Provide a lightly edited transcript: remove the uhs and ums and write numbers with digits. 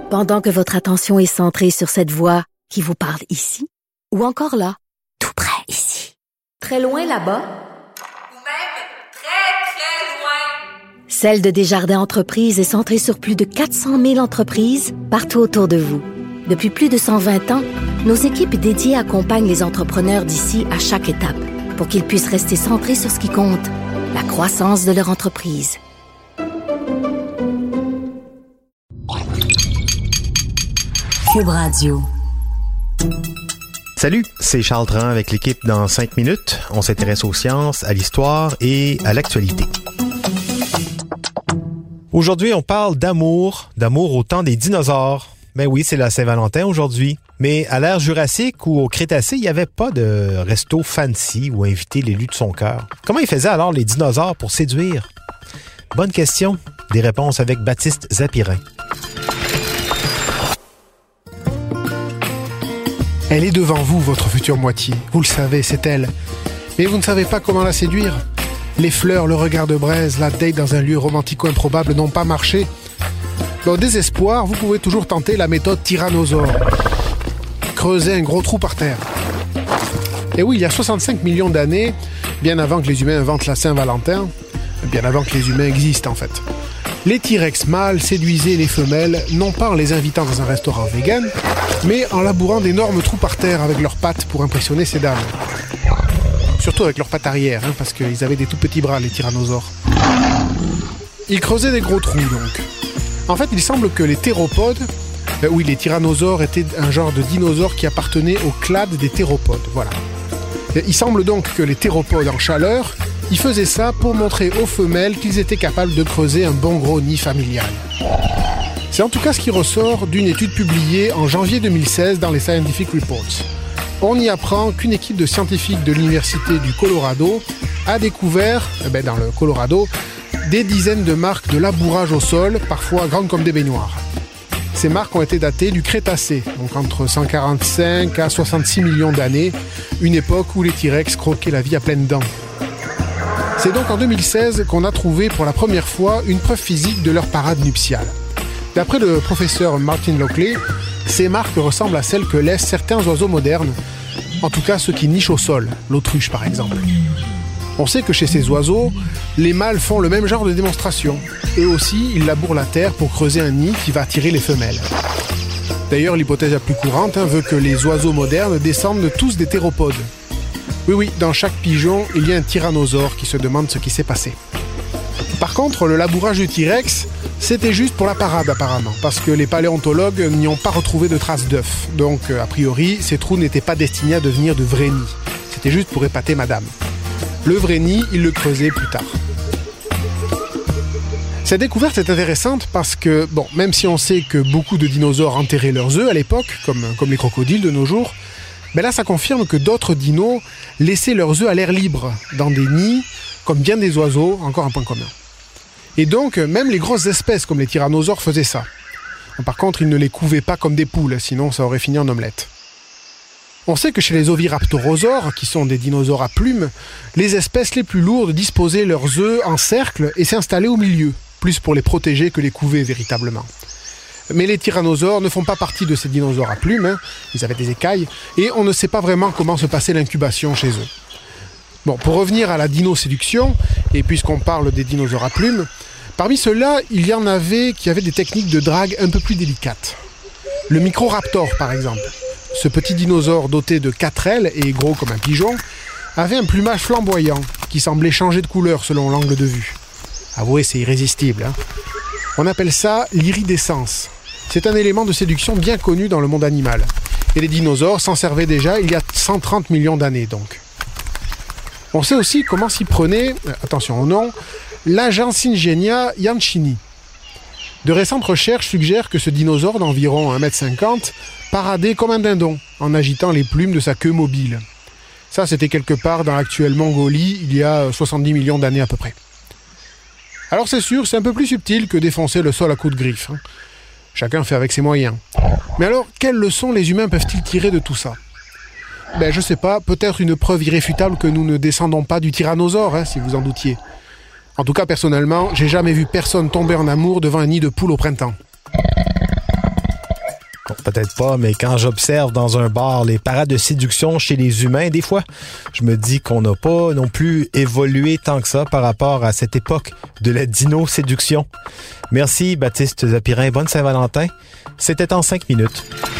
Pendant que votre attention est centrée sur cette voix qui vous parle ici, ou encore là, tout près ici, très loin là-bas, ou même très, très loin. Celle de Desjardins Entreprises est centrée sur plus de 400 000 entreprises partout autour de vous. Depuis plus de 120 ans, nos équipes dédiées accompagnent les entrepreneurs d'ici à chaque étape pour qu'ils puissent rester centrés sur ce qui compte, la croissance de leur entreprise. Cube Radio. Salut, c'est Charles Dran avec l'équipe dans 5 minutes. On s'intéresse aux sciences, à l'histoire et à l'actualité. Aujourd'hui, on parle d'amour au temps des dinosaures. Ben oui, c'est la Saint-Valentin aujourd'hui. Mais à l'ère jurassique ou au Crétacé, il n'y avait pas de resto fancy où inviter l'élu de son cœur. Comment ils faisaient alors les dinosaures pour séduire? Bonne question. Des réponses avec Baptiste Zapirin. Elle est devant vous, votre future moitié. Vous le savez, c'est elle. Mais vous ne savez pas comment la séduire. Les fleurs, le regard de braise, la date dans un lieu romantico-improbable n'ont pas marché. Au désespoir, vous pouvez toujours tenter la méthode tyrannosaure. Creuser un gros trou par terre. Et oui, il y a 65 millions d'années, bien avant que les humains inventent la Saint-Valentin, bien avant que les humains existent en fait, les T-Rex mâles séduisaient les femelles, non pas en les invitant dans un restaurant vegan, mais en labourant d'énormes trous par terre avec leurs pattes pour impressionner ces dames. Surtout avec leurs pattes arrière, parce qu'ils avaient des tout petits bras, les tyrannosaures. Ils creusaient des gros trous donc. En fait, il semble que les théropodes, les tyrannosaures étaient un genre de dinosaures qui appartenait au clade des théropodes, voilà. Il semble donc que les théropodes en chaleur, ils faisaient ça pour montrer aux femelles qu'ils étaient capables de creuser un bon gros nid familial. C'est en tout cas ce qui ressort d'une étude publiée en janvier 2016 dans les Scientific Reports. On y apprend qu'une équipe de scientifiques de l'Université du Colorado a découvert, dans le Colorado, des dizaines de marques de labourage au sol, parfois grandes comme des baignoires. Ces marques ont été datées du Crétacé, donc entre 145 à 66 millions d'années, une époque où les T-Rex croquaient la vie à pleines dents. C'est donc en 2016 qu'on a trouvé pour la première fois une preuve physique de leur parade nuptiale. D'après le professeur Martin Lockley, ces marques ressemblent à celles que laissent certains oiseaux modernes, en tout cas ceux qui nichent au sol, l'autruche par exemple. On sait que chez ces oiseaux, les mâles font le même genre de démonstration. Eux aussi, ils labourent la terre pour creuser un nid qui va attirer les femelles. D'ailleurs, l'hypothèse la plus courante veut que les oiseaux modernes descendent tous des théropodes. Oui, dans chaque pigeon, il y a un tyrannosaure qui se demande ce qui s'est passé. Par contre, le labourage du T-Rex, c'était juste pour la parade apparemment, parce que les paléontologues n'y ont pas retrouvé de traces d'œufs. Donc, a priori, ces trous n'étaient pas destinés à devenir de vrais nids. C'était juste pour épater madame. Le vrai nid, il le creusait plus tard. Cette découverte est intéressante parce que, même si on sait que beaucoup de dinosaures enterraient leurs œufs à l'époque, comme les crocodiles de nos jours, là ça confirme que d'autres dinos laissaient leurs œufs à l'air libre, dans des nids, comme bien des oiseaux, encore un point commun. Et donc, même les grosses espèces comme les tyrannosaures faisaient ça. Par contre, ils ne les couvaient pas comme des poules, sinon ça aurait fini en omelette. On sait que chez les oviraptorosaures, qui sont des dinosaures à plumes, les espèces les plus lourdes disposaient leurs œufs en cercle et s'installaient au milieu, plus pour les protéger que les couver véritablement. Mais les tyrannosaures ne font pas partie de ces dinosaures à plumes, ils avaient des écailles, et on ne sait pas vraiment comment se passait l'incubation chez eux. Pour revenir à la dinoséduction, et puisqu'on parle des dinosaures à plumes, parmi ceux-là, il y en avait qui avaient des techniques de drague un peu plus délicates. Le Microraptor, par exemple. Ce petit dinosaure doté de 4 ailes et gros comme un pigeon avait un plumage flamboyant qui semblait changer de couleur selon l'angle de vue. Avouez, c'est irrésistible. On appelle ça l'iridescence. C'est un élément de séduction bien connu dans le monde animal. Et les dinosaures s'en servaient déjà il y a 130 millions d'années donc. On sait aussi comment s'y prenait, attention au nom, l'Ajancingenia yanchini. De récentes recherches suggèrent que ce dinosaure d'environ 1,50 m paradait comme un dindon, en agitant les plumes de sa queue mobile. Ça, c'était quelque part dans l'actuelle Mongolie, il y a 70 millions d'années à peu près. Alors c'est sûr, c'est un peu plus subtil que défoncer le sol à coups de griffes. Chacun fait avec ses moyens. Mais alors, quelles leçons les humains peuvent-ils tirer de tout ça ? Je sais pas, peut-être une preuve irréfutable que nous ne descendons pas du tyrannosaure, si vous en doutiez. En tout cas, personnellement, j'ai jamais vu personne tomber en amour devant un nid de poule au printemps. Bon, peut-être pas, mais quand j'observe dans un bar les parades de séduction chez les humains, des fois, je me dis qu'on n'a pas non plus évolué tant que ça par rapport à cette époque de la dino-séduction. Merci Baptiste Zapirin, bonne Saint-Valentin. C'était en 5 minutes.